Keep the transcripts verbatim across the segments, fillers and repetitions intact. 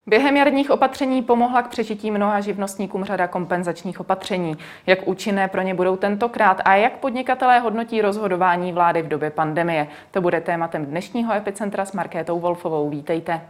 Během jarních opatření pomohla k přežití mnoha živnostníkům řada kompenzačních opatření. Jak účinné pro ně budou tentokrát a jak podnikatelé hodnotí rozhodování vlády v době pandemie? To bude tématem dnešního Epicentra s Markétou Wolfovou. Vítejte.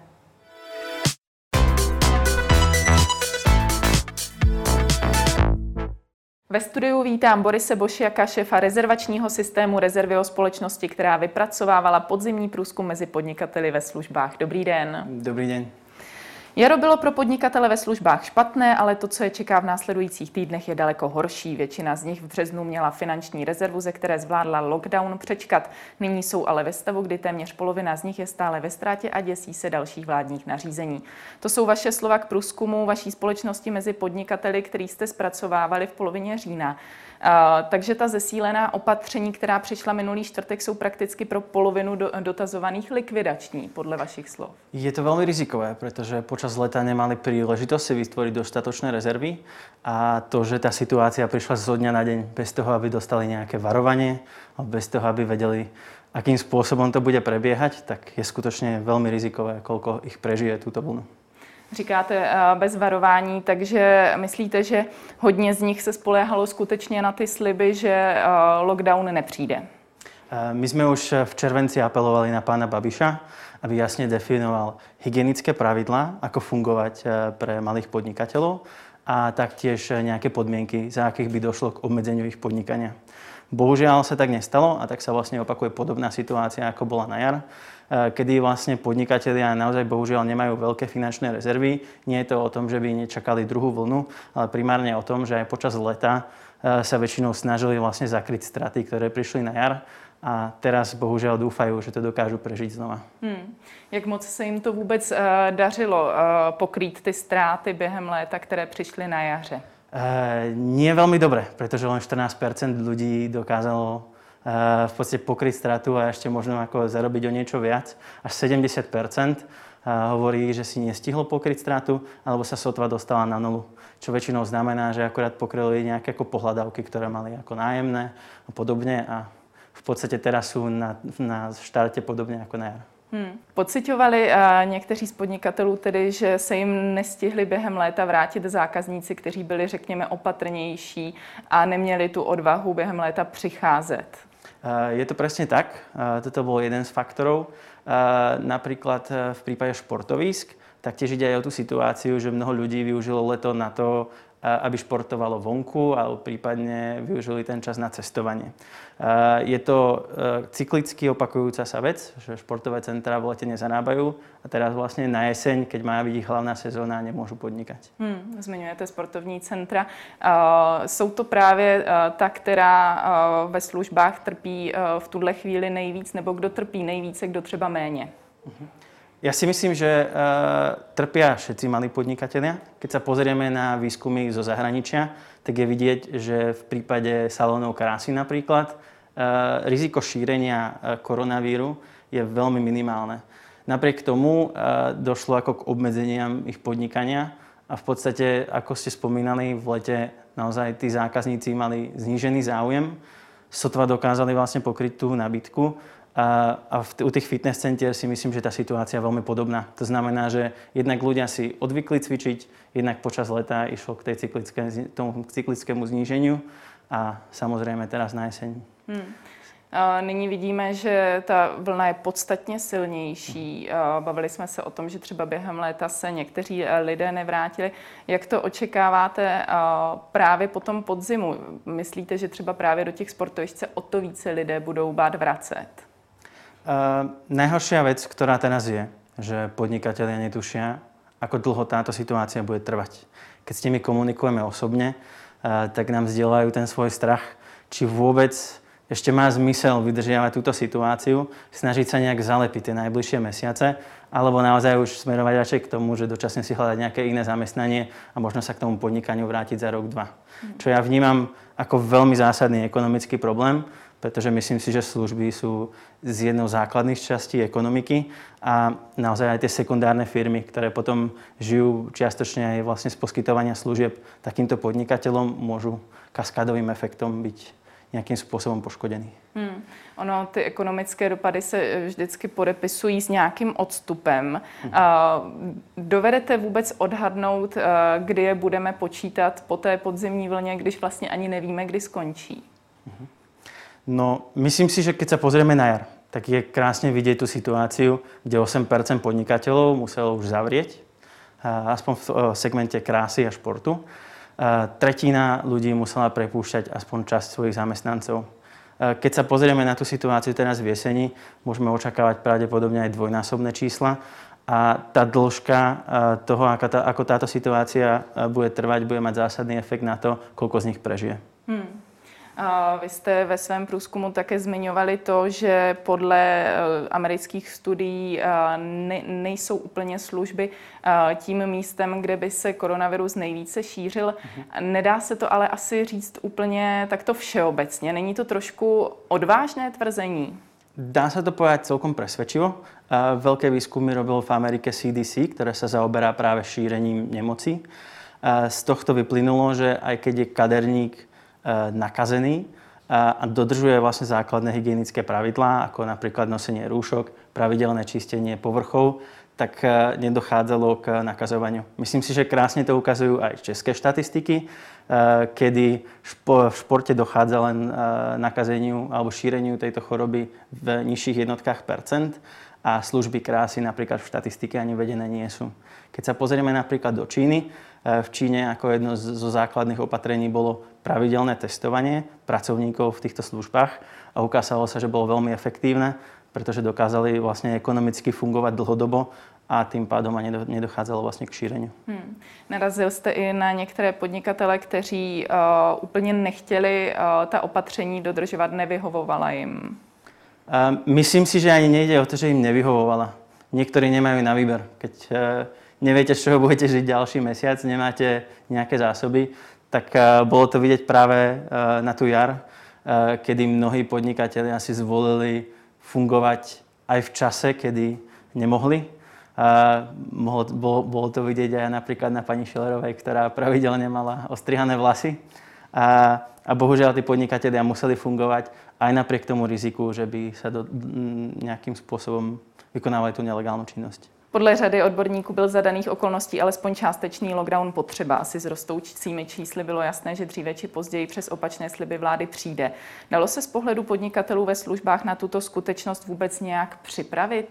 Ve studiu vítám Borise Bošiaka, šéfa rezervačního systému Rezervy o společnosti, která vypracovávala podzimní průzkum mezi podnikateli ve službách. Dobrý den. Dobrý den. Jaro bylo pro podnikatele ve službách špatné, ale to, co je čeká v následujících týdnech, je daleko horší. Většina z nich v březnu měla finanční rezervu, ze které zvládla lockdown přečkat. Nyní jsou ale ve stavu, kdy téměř polovina z nich je stále ve ztrátě a děsí se dalších vládních nařízení. To jsou vaše slova k průzkumu vaší společnosti mezi podnikateli, který jste zpracovávali v polovině října. Uh, takže ta zesílená opatření, která přišla minulý čtvrtek, jsou prakticky pro polovinu do, dotazovaných likvidační, podle vašich slov. Je to veľmi rizikové, pretože počas leta nemali príležitosť si vytvoriť dostatočné rezervy a to, že tá situácia prišla zo dňa na deň bez toho, aby dostali nejaké varovanie, bez toho, aby vedeli, akým spôsobom to bude prebiehať, tak je skutočne veľmi rizikové, koľko ich prežije túto vlnu. Říkáte bez varování, takže myslíte, že hodně z nich se spoléhalo skutečně na ty sliby, že lockdown nepřijde? My sme už v červenci apelovali na pána Babiša, aby jasne definoval hygienické pravidlá, ako fungovať pre malých podnikateľov a taktiež nejaké podmienky, za akých by došlo k obmedzeniu ich podnikania. Bohužiaľ sa tak nestalo a tak sa vlastne opakuje podobná situácia, ako bola na jar, kedy vlastne podnikatelia naozaj bohužiaľ nemajú veľké finančné rezervy. Nie je to o tom, že by nečakali druhú vlnu, ale primárne o tom, že aj počas leta sa väčšinou snažili vlastne zakryť straty, ktoré prišli na jar a teraz bohužiaľ dúfajú, že to dokážu prežiť znova. Hmm. Jak moc se jim to vůbec uh, dařilo uh, pokrýt ty ztráty během léta, které přišly na jaře? Uh, nie veľmi dobre, pretože len štrnásť percent ľudí dokázalo uh, v podstate pokryť stratu a ešte možno ako zarobiť o niečo viac. Až sedemdesiat percent uh, hovorí, že si nestihlo pokryť stratu alebo sa sotva dostala na nulu. Čo väčšinou znamená, že akorát pokryli nejaké ako pohľadávky, ktoré mali ako nájemné a podobne a v podstate teraz sú na, na štarte podobne ako na jar. Hmm. Pociťovali uh, někteří z podnikatelů tedy, že se jim nestihli během léta vrátit zákazníci, kteří byli, řekněme, opatrnější a neměli tu odvahu během léta přicházet? Uh, je to presne tak. Uh, toto bol jeden z faktorov. Uh, napríklad uh, v prípade športovísk, tak tiež ide aj o tú situáciu, že mnoho ľudí využilo leto na to, aby športovalo vonku alebo prípadne využili ten čas na cestovanie. Je to cyklicky opakujúca sa vec, že športové centra v lete nezarábajú a teraz vlastne na jeseň, keď má byť ich hlavná sezóna, nemôžu podnikať. Hmm, zmiňujete sportovní centra. Uh, jsou to právě uh, ta, která uh, ve službách trpí uh, v tuhle chvíli nejvíc, nebo kdo trpí nejvíce, kdo třeba méně? Uh-huh. Ja si myslím, že uh, trpia všetci malí podnikatelia. Keď sa pozrieme na výskumy zo zahraničia, tak je vidieť, že v prípade salónov krásy napríklad uh, riziko šírenia uh, koronavíru je veľmi minimálne. Napriek tomu uh, došlo ako k obmedzeniam ich podnikania a v podstate, ako ste spomínali, v lete naozaj tí zákazníci mali znížený záujem, sotva dokázali vlastne pokryť tú nábytku. A, a v, u tých fitness centier si myslím, že tá situácia je veľmi podobná. To znamená, že jednak ľudia si odvykli cvičiť, jednak počas leta išlo k tej cyklické, tomu cyklickému zníženiu a samozrejme teraz na jeseň. Hmm. Nyní vidíme, že ta vlna je podstatně silnější. Bavili jsme se o tom, že třeba během léta se někteří lidé nevrátili. Jak to očekáváte právě po tom podzimu? Myslíte, že třeba právě do těch sportovišť se o to více lidé budou bát vracet? Uh, najhoršia vec, ktorá teraz je, že podnikatelia netušia, ako dlho táto situácia bude trvať. Keď s nimi komunikujeme osobne, uh, tak nám zdieľajú ten svoj strach, či vôbec ešte má zmysel vydržiavať túto situáciu, snažiť sa nejak zalepiť tie najbližšie mesiace, alebo naozaj už smerovať radšej k tomu, že dočasne si hľadať nejaké iné zamestnanie a možno sa k tomu podnikaniu vrátiť za rok, dva. Mm. Čo ja vnímam ako veľmi zásadný ekonomický problém, pretože myslím si, že služby sú z jednou z základných častí ekonomiky a naozaj aj tie sekundárne firmy, ktoré potom žijú čiastočne aj vlastne z poskytovania služieb takýmto podnikateľom, môžu kaskádovým efektom byť nejakým spôsobom poškodení. Hmm. Ono, ty ekonomické dopady se vždycky podepisují s nějakým odstupem. Hmm. Dovedete vůbec odhadnout, kdy je budeme počítat po té podzimní vlně, když vlastně ani nevíme, kdy skončí? No, myslím si, že keď sa pozrieme na jar, tak je krásne vidieť tú situáciu, kde osem percent podnikateľov muselo už zavrieť, aspoň v segmente krásy a športu. Tretina ľudí musela prepúšťať aspoň časť svojich zamestnancov. Keď sa pozrieme na tú situáciu teraz v jeseni, môžeme očakávať pravdepodobne aj dvojnásobné čísla a tá dĺžka toho, ako, tá, ako táto situácia bude trvať, bude mať zásadný efekt na to, koľko z nich prežije. Hmm. Vy jste ve svém průzkumu také zmiňovali to, že podle amerických studií nejsou úplně služby tím místem, kde by se koronavirus nejvíce šířil. Nedá se to ale asi říct úplně takto všeobecně. Není to trošku odvážné tvrzení? Dá sa to povedať celkom presvedčivo. Veľké výskumy robilo v Amerike C D C, ktoré sa zaoberá práve šírením nemocí. Z tohto vyplynulo, že aj keď je kaderník nakazený a dodržuje vlastne základné hygienické pravidlá, ako napríklad nosenie rúšok, pravidelné čistenie povrchov, tak nedochádzalo k nakazovaniu. Myslím si, že krásne to ukazujú aj české štatistiky, kedy v športe dochádza len nakazeniu alebo šíreniu tejto choroby v nižších jednotkách percent a služby krásy napríklad v štatistike ani vedené nie sú. Keď sa pozrieme napríklad do Číny, v Číne ako jedno zo základných opatrení bolo pravidelné testovanie pracovníkov v týchto službách a ukázalo sa, že bolo veľmi efektívne, pretože dokázali vlastne ekonomicky fungovať dlhodobo a tým pádom ani nedochádzalo vlastne k šíreniu. Hmm. Narazil jste i na některé podnikatele, kteří uh, úplně nechtěli uh, ta opatření dodržovat, nevyhovovala jim? Uh, myslím si, že ani nejde o to, že im nevyhovovala. Niektorí nemajú na výber. Keď uh, neviete, z čoho budete žiť ďalší mesiac, nemáte nejaké zásoby, tak uh, bolo to vidieť práve uh, na tú jar, uh, kedy mnohí podnikatelia si zvolili fungovať aj v čase, kedy nemohli. Uh, mohlo, bolo, bolo to vidieť aj napríklad na pani Schillerovej, ktorá pravidelne mala ostrihané vlasy. A, a bohužiaľ tí podnikatelia museli fungovať aj napriek tomu riziku, že by sa do, m, nejakým spôsobom vykonávali tu nelegálnu činnosť. Podle řady odborníků byl za daných okolností alespoň částečný lockdown potřeba. Asi s rostoucími čísly bylo jasné, že dříve či později přes opačné sliby vlády přijde. Dalo se z pohledu podnikatelů ve službách na tuto skutečnost vůbec nějak připravit?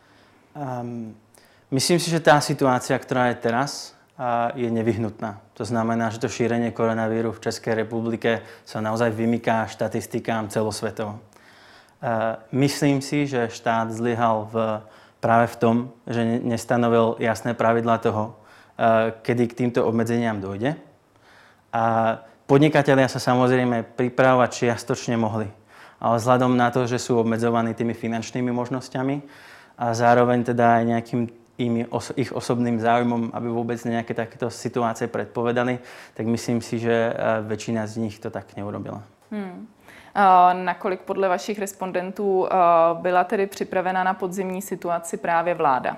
Um, myslím si, že tá situácia, ktorá je teraz, je nevyhnutná. To znamená, že to šírenie koronavíru v Českej republike sa naozaj vymyká štatistikám celosvetovo. Uh, myslím si, že štát zlyhal v práve v tom, že nestanovil jasné pravidlá toho, kedy k týmto obmedzeniam dojde. A podnikatelia sa samozrejme pripravovať čiastočne mohli. Ale vzhľadom na to, že sú obmedzovaní tými finančnými možnosťami a zároveň teda aj nejakým ich osobným záujmom, aby vôbec nejaké takéto situácie predpovedali, tak myslím si, že väčšina z nich to tak neurobila. Hmm. Nakolik podle vašich respondentů byla tedy připravena na podzimní situaci právě vláda?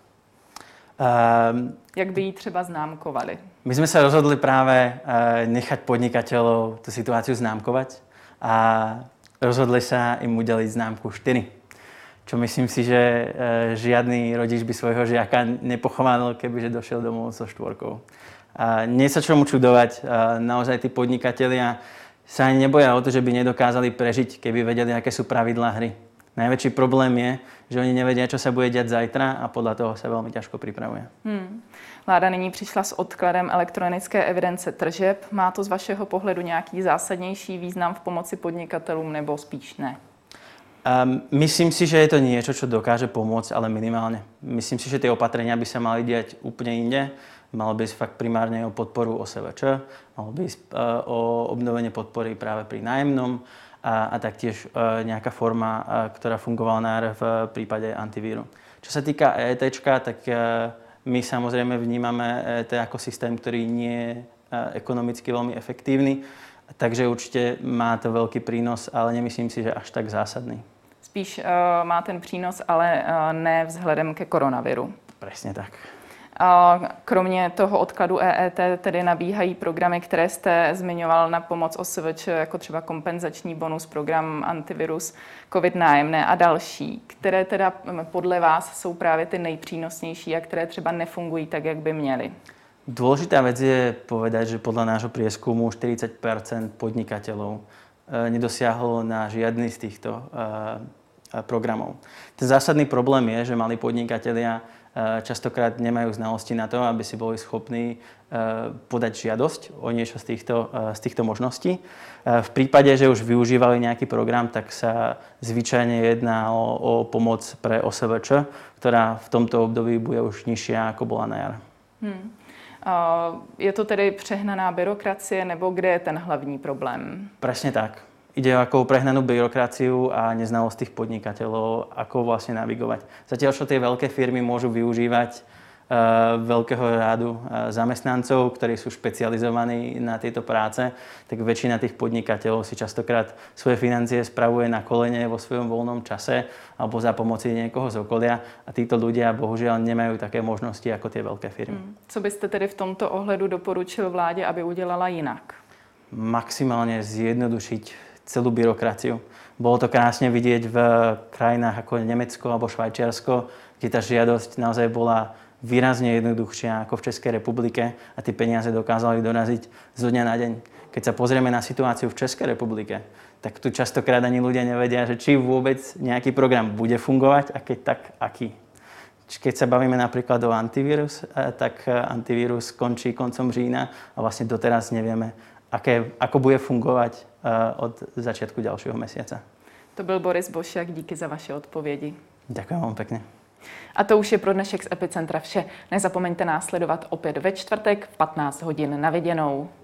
Um, Jak by ji třeba známkovali? My sme sa rozhodli práve nechať podnikateľov tú situáciu známkovať a rozhodli sa im udeliť známku štyri. Čo myslím si, že žiadny rodič by svojho žiaka nepochválil, kebyže došiel domov so štvorkou. Nie sa čomu čudovať, naozaj tí podnikatelia sa ani neboja o to, že by nedokázali prežiť, keby vedeli, aké sú pravidlá hry. Najväčší problém je, že oni nevedia, čo sa bude diať zajtra a podľa toho sa veľmi ťažko pripravuje. Hmm. Vláda nyní přišla s odkladem elektronické evidence tržeb. Má to z vašeho pohledu nějaký zásadnější význam v pomoci podnikatelům nebo spíš ne? Um, myslím si, že je to niečo, čo dokáže pomôcť, ale minimálne. Myslím si, že tie opatrenia by sa mali diať úplne inde. Malo by ísť fakt primárne o podporu O S V Č, malo by ísť uh, o obnovenie podpory práve pri nájemnom a, a taktiež uh, nejaká forma, uh, ktorá fungovala na jar v prípade antivíru. Čo sa týka E E T čka, tak uh, my samozrejme vnímame E E T ako systém, ktorý nie je uh, ekonomicky veľmi efektívny, takže určite má to veľký prínos, ale nemyslím si, že až tak zásadný. Spíš uh, má ten přínos, ale uh, ne vzhledem ke koronaviru. Presne tak. Kromě toho odkladu E E T tedy nabíhají programy, které jste zmiňoval na pomoc O S V Č, jako třeba kompenzační bonus, program antivirus, covid nájemné a další, které teda podle vás jsou právě ty nejpřínosnější a které třeba nefungují tak, jak by měly. Dôležitá vec je povedať, že podľa nášho prieskumu štyridsať percent podnikateľov nedosiahlo na žiadny z týchto programov. Ten zásadný problém je, že malí podnikatelia častokrát nemajú znalosti na to, aby si boli schopní podať žiadosť o niečo z týchto, z týchto možností. V prípade, že už využívali nejaký program, tak sa zvyčajne jedná o, o pomoc pre O S V Č, ktorá v tomto období bude už nižšia, ako bola na jar. Hmm. Je to tedy přehnaná byrokracie, nebo kde je ten hlavní problém? Presne tak. Ide o ako prehnanú byrokraciu a neznalosť tých podnikateľov, ako vlastne navigovať. Zatiaľ, čo tie veľké firmy môžu využívať uh, veľkého rádu uh, zamestnancov, ktorí sú špecializovaní na tieto práce, tak väčšina tých podnikateľov si častokrát svoje financie spravuje na kolene vo svojom voľnom čase alebo za pomoci niekoho z okolia a títo ľudia bohužiaľ nemajú také možnosti ako tie veľké firmy. Hmm. Co byste tedy v tomto ohledu doporučil vládě, aby udělala jinak? Maximálne zjednodušiť celú byrokraciu. Bolo to krásne vidieť v krajinách ako Nemecko alebo Švajčiarsko, kde tá žiadosť naozaj bola výrazne jednoduchšia ako v Českej republike a tie peniaze dokázali doraziť zo dňa na deň. Keď sa pozrieme na situáciu v Českej republike, tak tu častokrát ani ľudia nevedia, že či vôbec nejaký program bude fungovať a keď tak, aký. Keď sa bavíme napríklad o antivírus, tak antivírus končí koncom října a vlastne doteraz nevieme, aké, ako bude fungovať uh, od začiatku ďalšieho mesiaca. To byl Boris Bošek, díky za vaše odpovědi. Ďakujem vám pekne. A to už je pro dnešek z Epicentra vše. Nezapomeňte nás sledovat opět ve čtvrtek v patnáct hodin. Na viděnou.